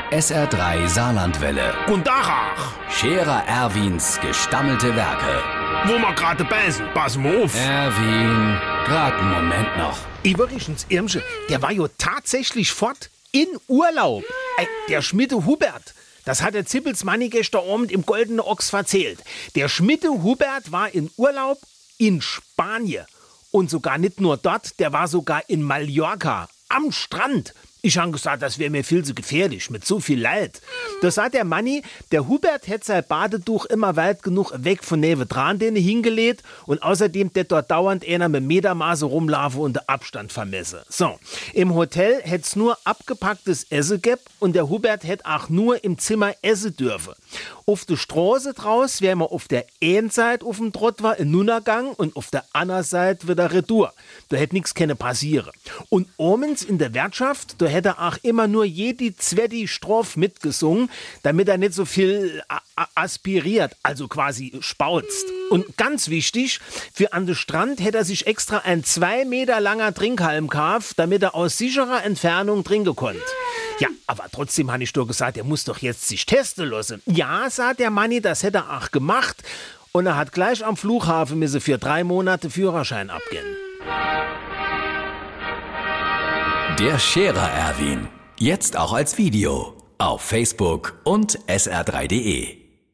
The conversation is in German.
SR3 Saarlandwelle. Guten Tag. Scherer Erwins gestammelte Werke. Wo wir gerade beißen, pass mal auf. Erwin, grad einen Moment noch. Übrigens, Irmsche, der war ja tatsächlich fort in Urlaub. Der Schmiede Hubert. Das hat der Zippels Manni gestern Abend im Goldenen Ochs erzählt. Der Schmiede Hubert war in Urlaub in Spanien. Und sogar nicht nur dort, der war sogar in Mallorca, am Strand. Ich habe gesagt, das wäre mir viel zu gefährlich, mit so viel Leid. Da sagt der Manni, der Hubert hätte sein Badetuch immer weit genug weg von nebendran denen hingelegt und außerdem der dort dauernd einer mit Metermaße rumlaufen und den Abstand vermesse. So, im Hotel hätte es nur abgepacktes Essen gegeben und der Hubert hätte auch nur im Zimmer essen dürfen. Auf der Straße draus wäre man auf der einen Seite auf dem Trott war in Nunnergang und auf der anderen Seite wieder Retour. Da hätte nichts passieren. Und abends in der Wirtschaft, da hätte auch immer nur jede zweite Strophe mitgesungen, damit er nicht so viel aspiriert, also quasi spautzt. Und ganz wichtig, für an den Strand hätte er sich extra ein 2 Meter langer Trinkhalm gekauft, damit er aus sicherer Entfernung trinken konnte. Ja, aber trotzdem habe ich doch gesagt, er muss doch jetzt sich testen lassen. Ja, sagt der Manni, das hätte er auch gemacht. Und er hat gleich am Flughafen müsse für 3 Monate Führerschein abgeben. Der Scherer Erwin. Jetzt auch als Video. Auf Facebook und sr3.de.